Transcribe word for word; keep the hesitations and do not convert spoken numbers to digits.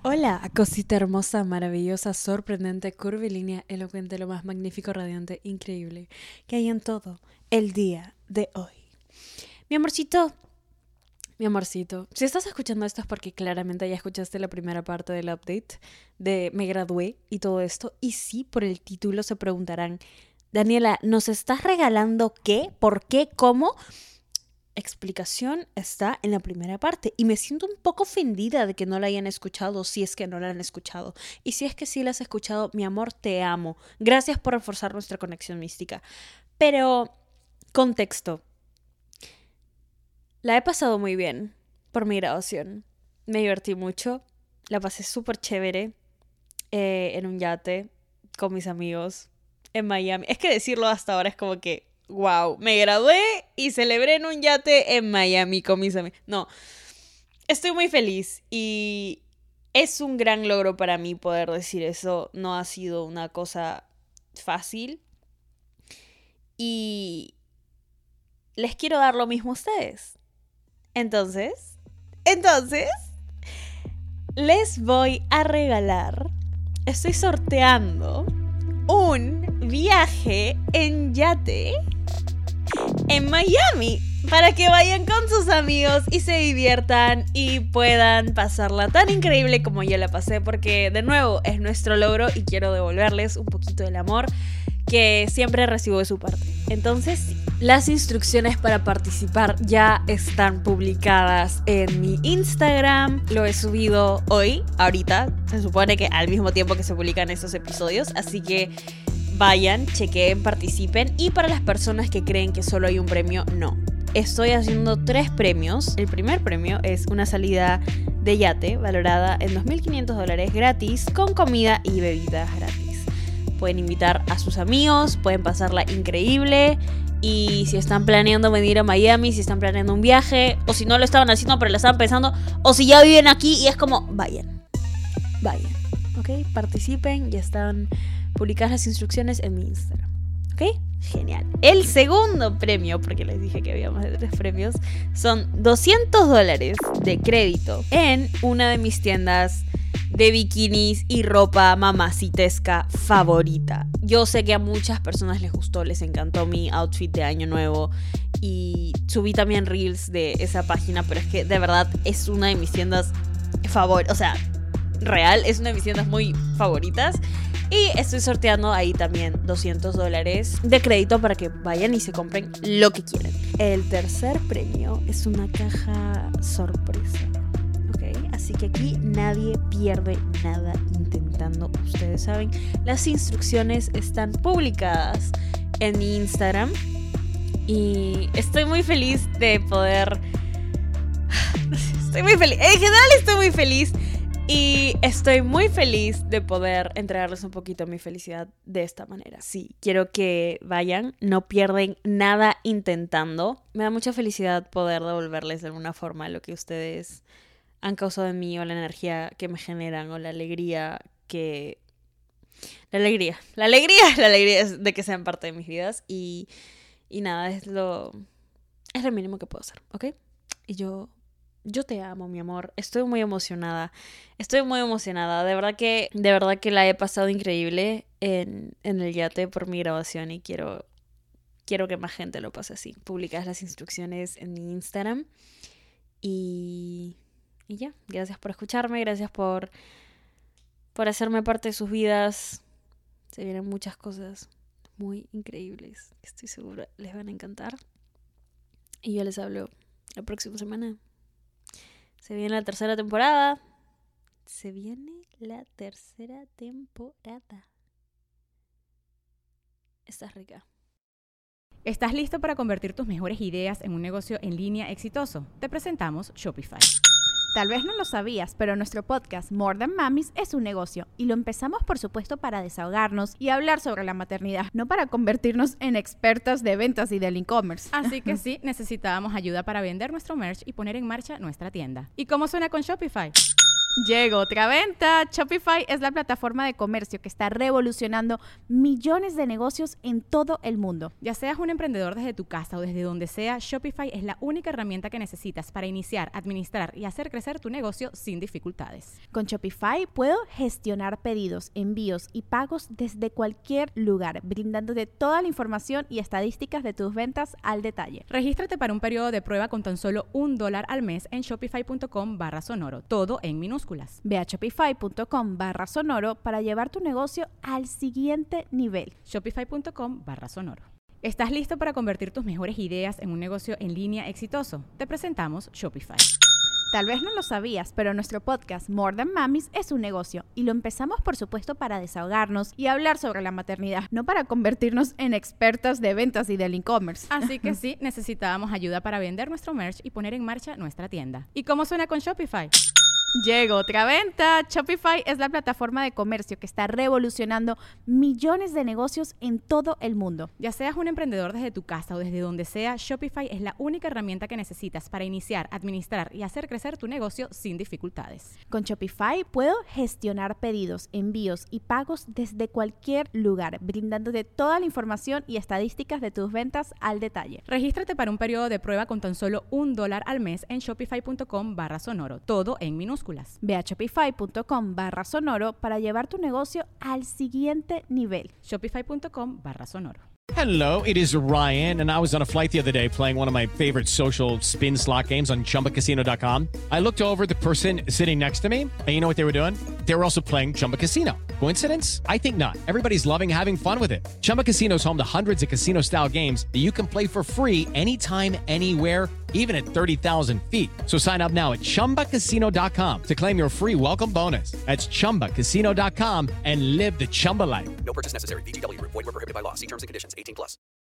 Hola, cosita hermosa, maravillosa, sorprendente, curvilínea, elocuente, lo más magnífico, radiante, increíble que hay en todo el día de hoy. Mi amorcito, mi amorcito, si estás escuchando esto es porque claramente ya escuchaste la primera parte del update de me gradué y todo esto. Y sí, por el título se preguntarán, Daniela, ¿nos estás regalando qué? ¿Por qué? ¿Cómo? Explicación está en la primera parte y me siento un poco ofendida de que no la hayan escuchado, si es que no la han escuchado. Y si es que sí la has escuchado, mi amor, te amo. Gracias por reforzar nuestra conexión mística. Pero, contexto. La he pasado muy bien por mi graduación. Me divertí mucho, la pasé súper chévere eh, en un yate con mis amigos en Miami. Es que decirlo hasta ahora es como que wow, me gradué y celebré en un yate en Miami con mis amigos. No, estoy muy feliz y es un gran logro para mí poder decir eso. No ha sido una cosa fácil y les quiero dar lo mismo a ustedes. Entonces, entonces, les voy a regalar, estoy sorteando un viaje en yate en Miami para que vayan con sus amigos y se diviertan y puedan pasarla tan increíble como yo la pasé, porque de nuevo es nuestro logro y quiero devolverles un poquito del amor que siempre recibo de su parte. Entonces, sí, las instrucciones para participar ya están publicadas en mi Instagram. Lo he subido hoy, ahorita, se supone que al mismo tiempo que se publican estos episodios, así que vayan, chequen, participen. Y para las personas que creen que solo hay un premio, no. Estoy haciendo tres premios. El primer premio es una salida de yate valorada en dos mil quinientos dólares gratis con comida y bebidas gratis. Pueden invitar a sus amigos, pueden pasarla increíble. Y si están planeando venir a Miami, si están planeando un viaje, o si no lo estaban haciendo pero lo estaban pensando, o si ya viven aquí y es como, vayan, vayan, ¿ok? Participen, ya están publicadas las instrucciones en mi Instagram, ¿ok? Genial. El segundo premio, porque les dije que había más de tres premios, son doscientos dólares de crédito en una de mis tiendas de bikinis y ropa mamacitesca favorita. Yo sé que a muchas personas les gustó, les encantó mi outfit de año nuevo y subí también reels de esa página, pero es que de verdad es una de mis tiendas favoritas, o sea, real, es una de mis tiendas muy favoritas. Y estoy sorteando ahí también doscientos dólares de crédito para que vayan y se compren lo que quieren. El tercer premio es una caja sorpresa. Así que aquí nadie pierde nada intentando. Ustedes saben, las instrucciones están publicadas en mi Instagram. Y estoy muy feliz de poder... Estoy muy feliz. En general estoy muy feliz. Y estoy muy feliz de poder entregarles un poquito mi felicidad de esta manera. Sí, quiero que vayan, no pierden nada intentando. Me da mucha felicidad poder devolverles de alguna forma lo que ustedes han causado en mí, o la energía que me generan, o la alegría que... La alegría, la alegría, la alegría de que sean parte de mis vidas. Y, y nada, es lo... Es lo mínimo que puedo hacer, ¿ok? Y yo... Yo te amo, mi amor. Estoy muy emocionada. Estoy muy emocionada. De verdad que, de verdad que la he pasado increíble en, en el yate por mi grabación y quiero, quiero que más gente lo pase así. Publicas las instrucciones en mi Instagram. Y, y ya. Gracias por escucharme. Gracias por, por hacerme parte de sus vidas. Se vienen muchas cosas muy increíbles. Estoy segura les van a encantar. Y yo les hablo la próxima semana. Se viene la tercera temporada. Se viene la tercera temporada. Estás rica. ¿Estás listo para convertir tus mejores ideas en un negocio en línea exitoso? Te presentamos Shopify. Tal vez no lo sabías, pero nuestro podcast More Than Mamis es un negocio y lo empezamos, por supuesto, para desahogarnos y hablar sobre la maternidad, no para convertirnos en expertas de ventas y del e-commerce. Así que sí, necesitábamos ayuda para vender nuestro merch y poner en marcha nuestra tienda. ¿Y cómo suena con Shopify? Llegó otra venta. Shopify es la plataforma de comercio que está revolucionando millones de negocios en todo el mundo. Ya seas un emprendedor desde tu casa o desde donde sea, Shopify es la única herramienta que necesitas para iniciar, administrar y hacer crecer tu negocio sin dificultades. Con Shopify puedo gestionar pedidos, envíos y pagos desde cualquier lugar, brindándote toda la información y estadísticas de tus ventas al detalle. Regístrate para un periodo de prueba con tan solo un dólar al mes en shopify.com barra sonoro, todo en minúsculas. Ve a shopify.com barra sonoro para llevar tu negocio al siguiente nivel. Shopify.com barra sonoro. ¿Estás listo para convertir tus mejores ideas en un negocio en línea exitoso? Te presentamos Shopify. Tal vez no lo sabías, pero nuestro podcast More Than Mamis es un negocio y lo empezamos por supuesto para desahogarnos y hablar sobre la maternidad, no para convertirnos en expertas de ventas y del e-commerce. Así que sí, necesitábamos ayuda para vender nuestro merch y poner en marcha nuestra tienda. ¿Y cómo suena con Shopify? Llegó otra venta. Shopify es la plataforma de comercio que está revolucionando millones de negocios en todo el mundo. Ya seas un emprendedor desde tu casa o desde donde sea, Shopify es la única herramienta que necesitas para iniciar, administrar y hacer crecer tu negocio sin dificultades. Con Shopify puedo gestionar pedidos, envíos y pagos desde cualquier lugar, brindándote toda la información y estadísticas de tus ventas al detalle. Regístrate para un periodo de prueba con tan solo un dólar al mes en shopify.com barra sonoro, todo en minúsculas. Ve a shopify.com barra sonoro para llevar tu negocio al siguiente nivel. Shopify.com barra sonoro. Hello, it is Ryan, and I was on a flight the other day playing one of my favorite social spin slot games on chumba casino dot com. I looked over at the person sitting next to me, and you know what they were doing? They were also playing Chumba Casino. Coincidence? I think not. Everybody's loving having fun with it. Chumba Casino is home to hundreds of casino-style games that you can play for free anytime, anywhere, even at thirty thousand feet. So sign up now at chumba casino dot com to claim your free welcome bonus. That's chumba casino dot com and live the Chumba life. No purchase necessary. V G W. Void where prohibited by law. See terms and conditions. eighteen plus.